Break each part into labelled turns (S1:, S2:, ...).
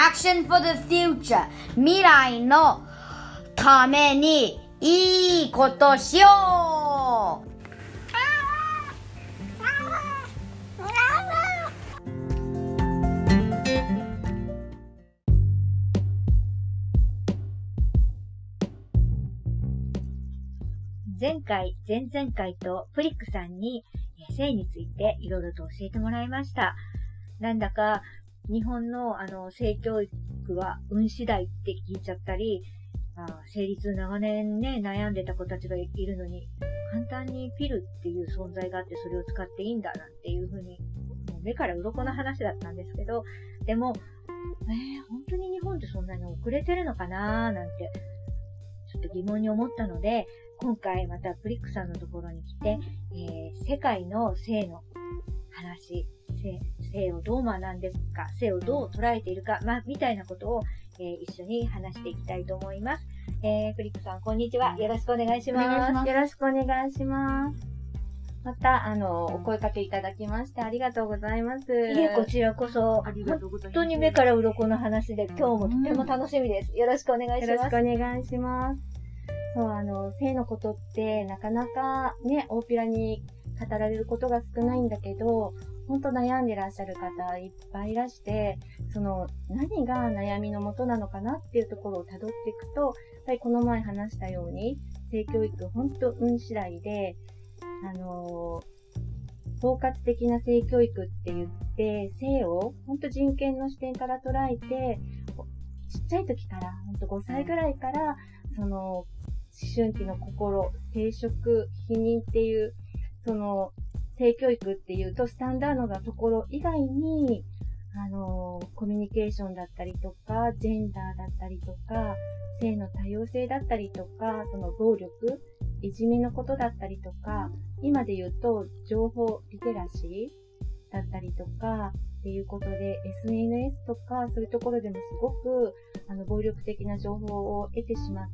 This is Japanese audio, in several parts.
S1: Action for the future 未来のためにいいことしよう。前回、前々回とプリックさんに性についていろいろと教えてもらいました。なんだか日本の性教育は運次第って聞いちゃったり、生理痛長年ね、悩んでた子たちがいるのに、簡単にピルっていう存在があってそれを使っていいんだなんていう風に、もう目から鱗の話だったんですけど、でも、本当に日本ってそんなに遅れてるのかなーなんて、ちょっと疑問に思ったので、今回またプリックさんのところに来て、世界の性の話、性をどう学んでいくか、性をどう捉えているか、みたいなことを、一緒に話していきたいと思います。プリックさん、こんにちは。よろしくお願いします。
S2: よろしくお願いします。また、お声かけいただきましてありがとうございます。
S1: こちらこそ、本当に目から鱗の話で、今日もとても楽しみです。よろしくお願いします。
S2: よろしくお願いします。そう、性のことってなかなかね、大っぴらに語られることが少ないんだけど、本当悩んでらっしゃる方いっぱいいらして、何が悩みの元なのかなっていうところを辿っていくと、やっぱりこの前話したように、性教育本当運次第で、包括的な性教育って言って、性を本当人権の視点から捉えて、ちっちゃい時から、本当5歳ぐらいから、思春期の心、生殖、避妊っていう、性教育っていうと、スタンダードなところ以外に、コミュニケーションだったりとか、ジェンダーだったりとか、性の多様性だったりとか、暴力、いじめのことだったりとか、今で言うと、情報リテラシーだったりとか、っていうことで、SNS とか、そういうところでもすごく、暴力的な情報を得てしまって、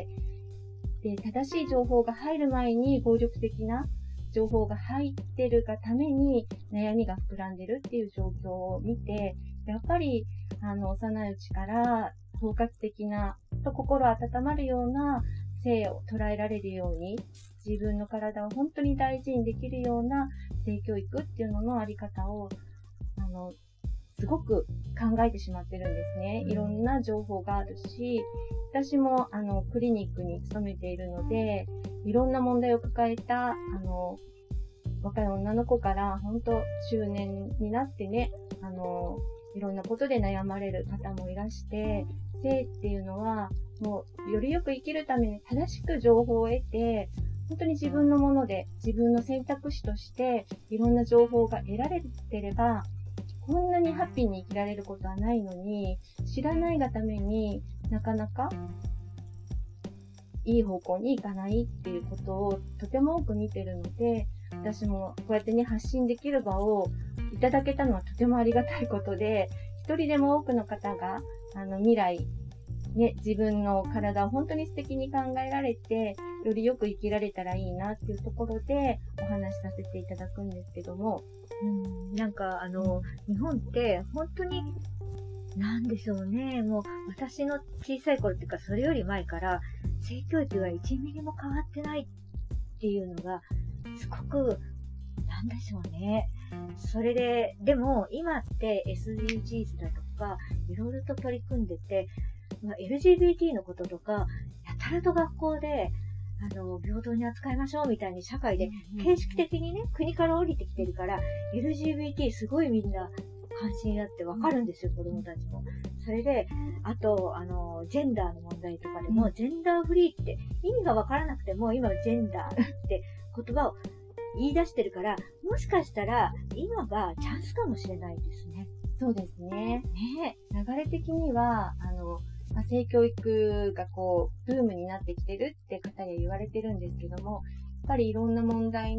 S2: で、正しい情報が入る前に暴力的な情報が入ってるがために悩みが膨らんでるっていう状況を見て、やっぱり、幼いうちから包括的な、と心温まるような性を捉えられるように、自分の体を本当に大事にできるような性教育っていうののあり方を、すごく考えてしまってるんですね。いろんな情報があるし、私もクリニックに勤めているので、いろんな問題を抱えた若い女の子から本当中年になってね、いろんなことで悩まれる方もいらして、性っていうのはもうよりよく生きるために正しく情報を得て、本当に自分のもので自分の選択肢としていろんな情報が得られてれば、こんなにハッピーに生きられることはないのに、知らないがためになかなかいい方向に行かないっていうことをとても多く見てるので、私もこうやってね、発信できる場をいただけたのはとてもありがたいことで、一人でも多くの方が未来、ね、自分の体を本当に素敵に考えられて、よりよく生きられたらいいなっていうところでお話しさせていただくんですけども、
S1: なんか日本って本当になんでしょうね。もう私の小さい頃っていうかそれより前から性教育が1ミリも変わってないっていうのがすごくなんでしょうね。それで、でも今って SDGs だとかいろいろと取り組んでて、LGBT のこととかやたらと学校で平等に扱いましょうみたいに社会で形式的にね、国から降りてきてるから、LGBT すごいみんな関心あってわかるんですよ、子供たちも。それで、あと、ジェンダーの問題とかでも、ジェンダーフリーって意味がわからなくても、今はジェンダーって言葉を言い出してるから、もしかしたら今がチャンスかもしれないですね。
S2: そうですね。流れ的には、性教育がブームになってきてるって方には言われてるんですけども、やっぱりいろんな問題の、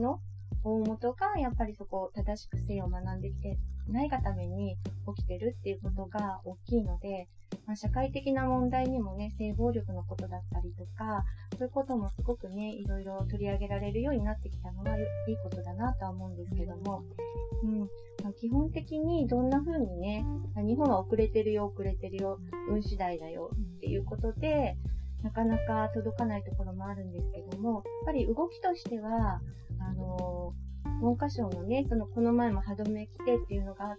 S2: 大元がやっぱりそこ正しく性を学んできてないがために起きてるっていうことが大きいので、社会的な問題にもね、性暴力のことだったりとか、そういうこともすごくね、いろいろ取り上げられるようになってきたのはいいことだなとは思うんですけども、基本的にどんな風にね、日本は遅れてるよ、運次第だよっていうことで、なかなか届かないところもあるんですけども、やっぱり動きとしては、文科省のね、この前も歯止め規定っていうのがあって、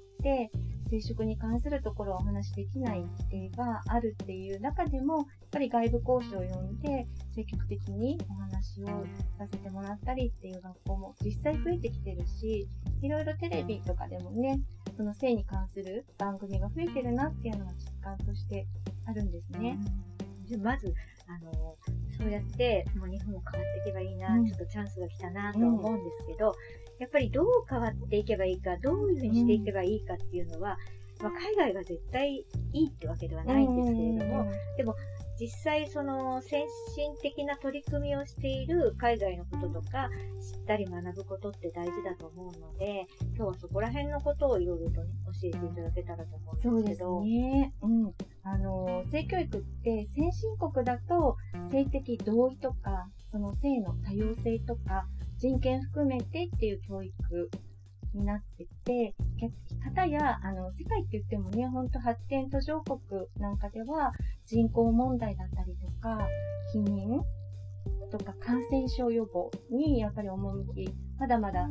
S2: 生殖に関するところをお話しできない規定があるっていう中でも、やっぱり外部講師を呼んで、積極的にお話をさせてもらったりっていう学校も実際増えてきてるし、いろいろテレビとかでもね、その性に関する番組が増えてるなっていうのは実感としてあるんですね。
S1: まず、そうやって、もう日本も変わっていけばいいな、ちょっとチャンスが来たなと思うんですけど、やっぱりどう変わっていけばいいか、どういうふうにしていけばいいかっていうのは、海外が絶対いいってわけではないんですけれども、でも実際その先進的な取り組みをしている海外のこととか知ったり学ぶことって大事だと思うので、今日はそこら辺のことをいろいろとね、教えていただけたらと思うんですけど。
S2: そうですね。性教育って先進国だと性的同意とか、その性の多様性とか、人権含めてっていう教育になってて、方や、世界って言ってもね、ほんと発展途上国なんかでは、人口問題だったりとか、避妊とか感染症予防にやっぱり赴き、まだまだ、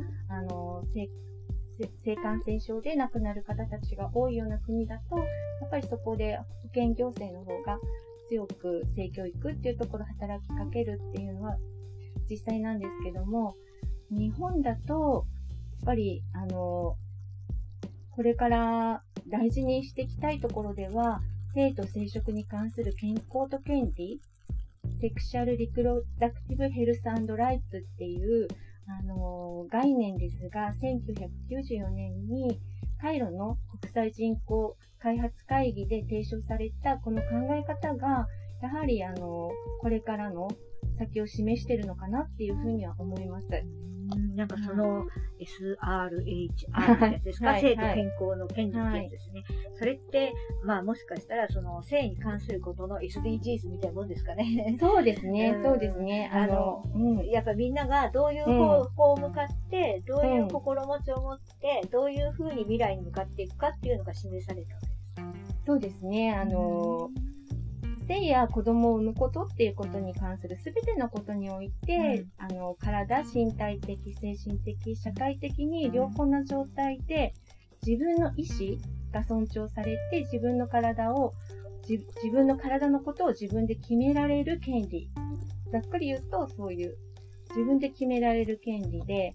S2: 性感染症で亡くなる方たちが多いような国だと、やっぱりそこで保健行政の方が強く性教育っていうところ働きかけるっていうのは実際なんですけども、日本だと、やっぱり、これから大事にしていきたいところでは、性と生殖に関する健康と権利、セクシャル・リプロダクティブ・ヘルス・ライツっていう、概念ですが、1994年にカイロの国際人口開発会議で提唱されたこの考え方が、やはりこれからの先を示しているのかなっていうふうには思います。
S1: なんかその SRHR ってやつですか、性と健康の権利ってやつですね。それって、もしかしたらその性に関することの SDGs みたいなもんですかね。
S2: そうですね、そうですね。
S1: やっぱみんながどういう方向向かって、どういう心持ちを持って、どういうふうに未来に向かっていくかっていうのが示されたわけです。
S2: そうですね。性や子供を産むことっていうことに関する全てのことにおいて、体、身体的、精神的、社会的に良好な状態で自分の意思が尊重されて自分の体のことを自分で決められる権利。ざっくり言うとそういう自分で決められる権利で、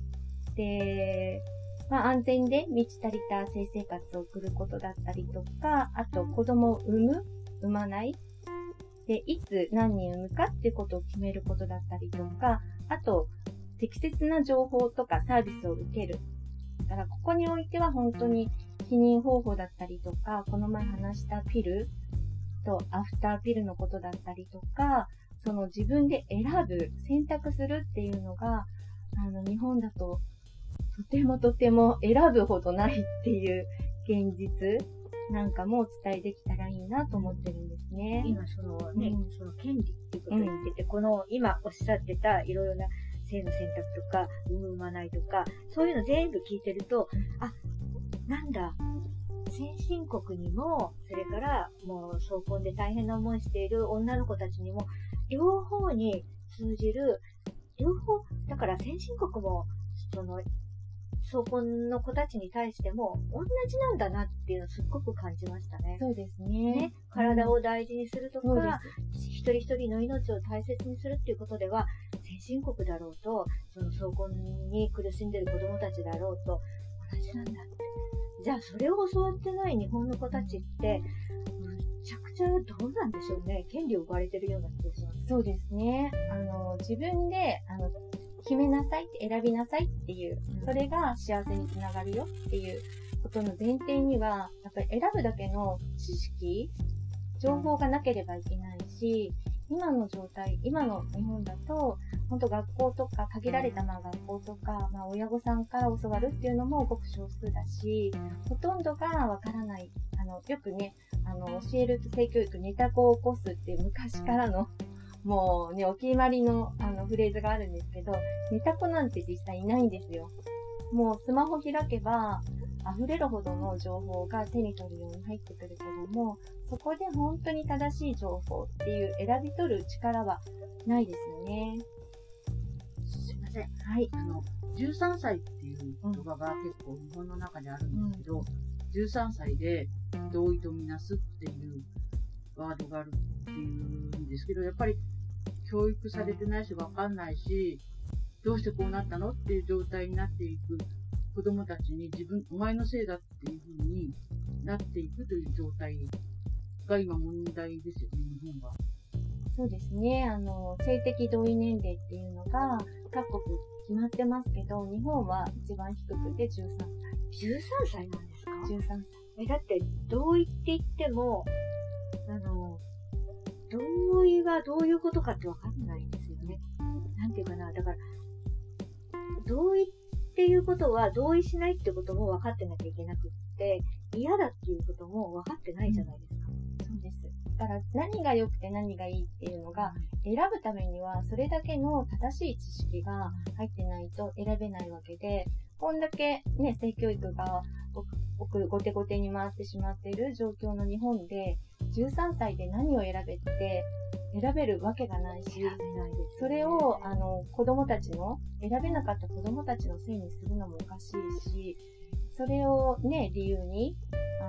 S2: 安全で満ち足りた性生活を送ることだったりとか、あと子供を産む、産まない。で、いつ何人産むかっていうことを決めることだったりとか、あと、適切な情報とかサービスを受ける。だからここにおいては本当に避妊方法だったりとか、この前話したピルとアフターピルのことだったりとか、その自分で選ぶ、選択するっていうのが、日本だととても選ぶほどないっていう現実なんかもお伝えできたらいいなと思ってるんですね。
S1: 今その権利っていうことを言ってて、この今おっしゃってたいろいろな性の選択とか、産む産まないとか、そういうの全部聞いてると、なんだ、先進国にも、それからもう早婚で大変な思いしている女の子たちにも、両方に通じる、だから先進国も、早婚の子たちに対しても同じなんだなっていうのをすっごく感じましたね。
S2: そうですね。
S1: 体を大事にするとか、一人一人の命を大切にするっていうことでは、先進国だろうと、その早婚に苦しんでる子供たちだろうと同じなんだって。じゃあそれを教わってない日本の子たちって、むちゃくちゃどうなんでしょうね。権利を奪われてるような気がします。
S2: そうですね。自分で、決めなさいって、選びなさいっていう、それが幸せにつながるよっていうことの前提には、やっぱり選ぶだけの知識、情報がなければいけないし、 今の状態、今の日本だと、本当学校とか、限られた学校とか、親御さんから教わるっていうのもごく少数だし、ほとんどがわからない。よくね、教えると性教育、ネタ子を起こすっていう昔からの、もうね、お決まりの、フレーズがあるんですけど、ネタ子なんて実際いないんですよ。もうスマホ開けば、溢れるほどの情報が手に取るように入ってくるけども、そこで本当に正しい情報っていう選び取る力はないですよね。
S3: すいません。
S2: はい。
S3: 13歳っていう言葉が結構日本の中にあるんですけど、13歳で同意とみなすっていうワードがあるっていうんですけど、やっぱり教育されてないしわかんないし、どうしてこうなったのっていう状態になっていく子供たちにお前のせいだっていう風になっていくという状態が今問題ですよね、日本は。
S2: そうですね。性的同意年齢っていうのが各国決まってますけど、日本は一番低くて13歳。
S1: 13歳なんですか？
S2: 13歳。
S1: だって、同意って言っても、同意はどういうことかってわかんないですよね。なんていうかな、だから、同意っていうことは、同意しないってことも分かってなきゃいけなくって、嫌だっていうことも分かってないじゃないですか。
S2: そうです。だから何が良くて何がいいっていうのが、選ぶためにはそれだけの正しい知識が入ってないと選べないわけで、こんだけね、性教育が後手後手に回ってしまっている状況の日本で、13歳で何を選べって選べるわけがないし、それを子供たちの、選べなかった子供たちのせいにするのもおかしいし、それをね、理由に、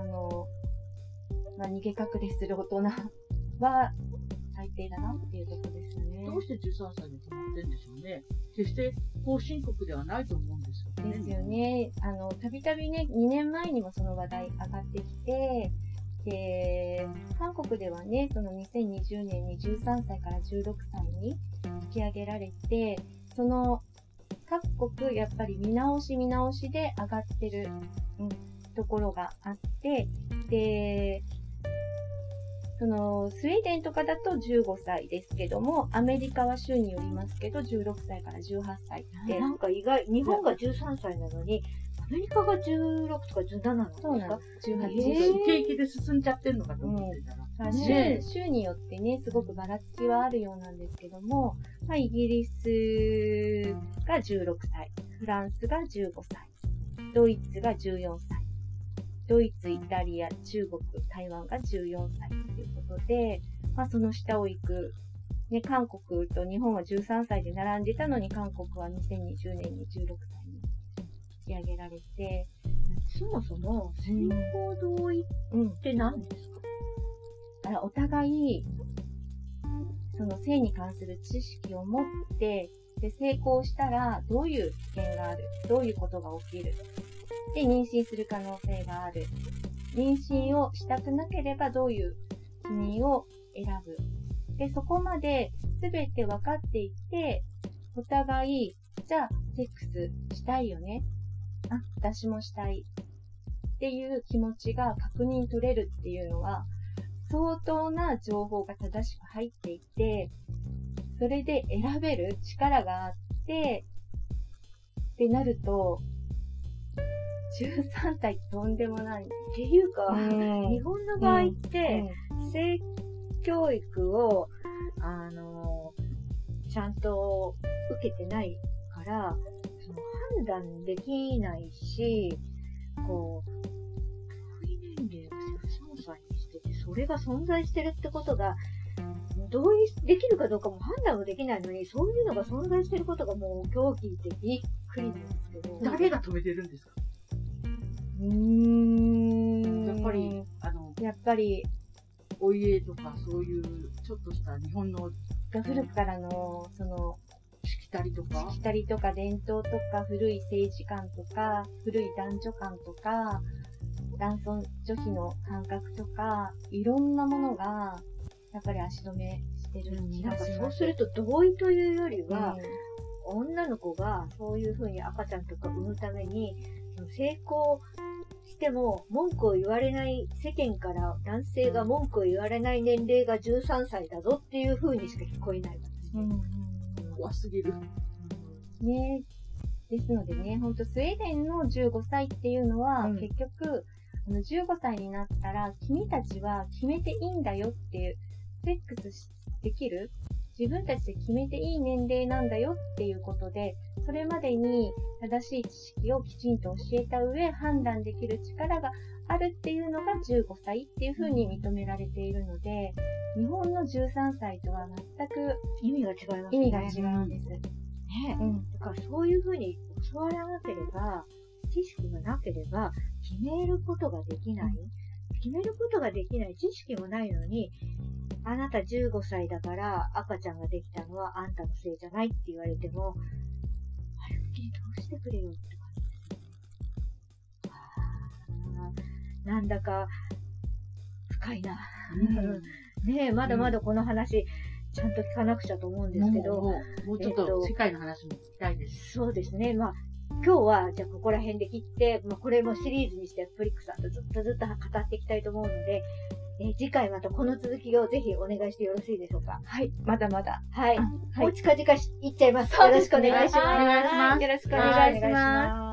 S2: 逃げ隠れする大人は最低だなっていうところですよね。
S3: どうして13歳で決まってるんでしょうね。決して後進国ではないと思うんですよね。
S2: ですよね。たびたびね、2年前にもその話題上がってきて、で、韓国ではね、その2020年に13歳から16歳に引き上げられて、その各国やっぱり見直しで上がってる、ところがあって、で、そのスウェーデンとかだと15歳ですけども、アメリカは州によりますけど16歳から18歳って。
S1: なんか意外、日本が13歳なのに、アメリカが16とか17なんですか？
S2: そうなんです。18
S3: 歳。景気で進んじゃってるのかと思ってたら。
S2: 州によってね、すごくばらつきはあるようなんですけども、イギリスが16歳、フランスが15歳、ドイツが14歳、ドイツ、イタリア、中国、台湾が14歳ということで、その下を行く、ね、韓国と日本は13歳で並んでたのに、韓国は2020年に16歳に引き上げられて、
S1: そもそも性交同意って何ですか？
S2: お互い、その性に関する知識を持って、で、成功したらどういう危険がある、どういうことが起きる、で、妊娠する可能性がある。妊娠をしたくなければどういう避妊を選ぶ。で、そこまで全て分かっていて、お互い、じゃあ、セックスしたいよね。私もしたい。っていう気持ちが確認取れるっていうのは、相当な情報が正しく入っていて、それで選べる力があって、ってなると、13歳とんでもない。
S1: っていうか、日本の場合って、性教育を、ちゃんと受けてないから、その判断できないし、同意年齢を13歳にしてて、それが存在してるってことが、同意できるかどうかも判断もできないのに、そういうのが存在してることがもう今日聞いてびっくりなんですけど。
S3: 誰が止めてるんですか？
S2: やっぱり、
S3: お家とかそういうちょっとした日本の
S2: 古くからの、
S3: しきたりと
S2: か伝統とか古い政治観とか古い男女観とか男尊女卑の感覚とかいろんなものがやっぱり足止めしてる気がします。
S1: そうすると同意というよりは、 女の子がそういうふうに赤ちゃんとか産むために、その成功しても文句を言われない、世間から男性が文句を言われない年齢が13歳だぞっていうふうにしか聞こえない。
S3: 怖すぎる。
S2: ね、ですのでね、ほんとスウェーデンの15歳っていうのは、結局、15歳になったら、君たちは決めていいんだよっていう、セックスできる、自分たちで決めていい年齢なんだよっていうことで、それまでに正しい知識をきちんと教えた上、判断できる力があるっていうのが15歳っていうふうに認められているので、日本の13歳とは全く
S1: 意味が違いますね。
S2: 意味が違うんです。
S1: ね、だからそういうふうに教わらなければ、知識がなければ決めることができない。決めることができない、知識もないのに、あなた15歳だから赤ちゃんができたのはあんたのせいじゃないって言われても、あれっきりどうしてくれよって感じですよ。なんだか深いな。ねえ、まだまだこの話、ちゃんと聞かなくちゃと思うんですけど、
S3: もうちょっと世界の話も聞きたいです。
S1: そうですね。まあ今日はじゃあここら辺で切って、これもシリーズにしてプリックさんとずっと語っていきたいと思うので、次回またこの続きをぜひお願いしてよろしいでしょうか。
S2: はい、まだまだ。
S1: はい。もう近々いっちゃいます。よろしくお願いします。
S3: お願いします。
S2: よろしくお願いします。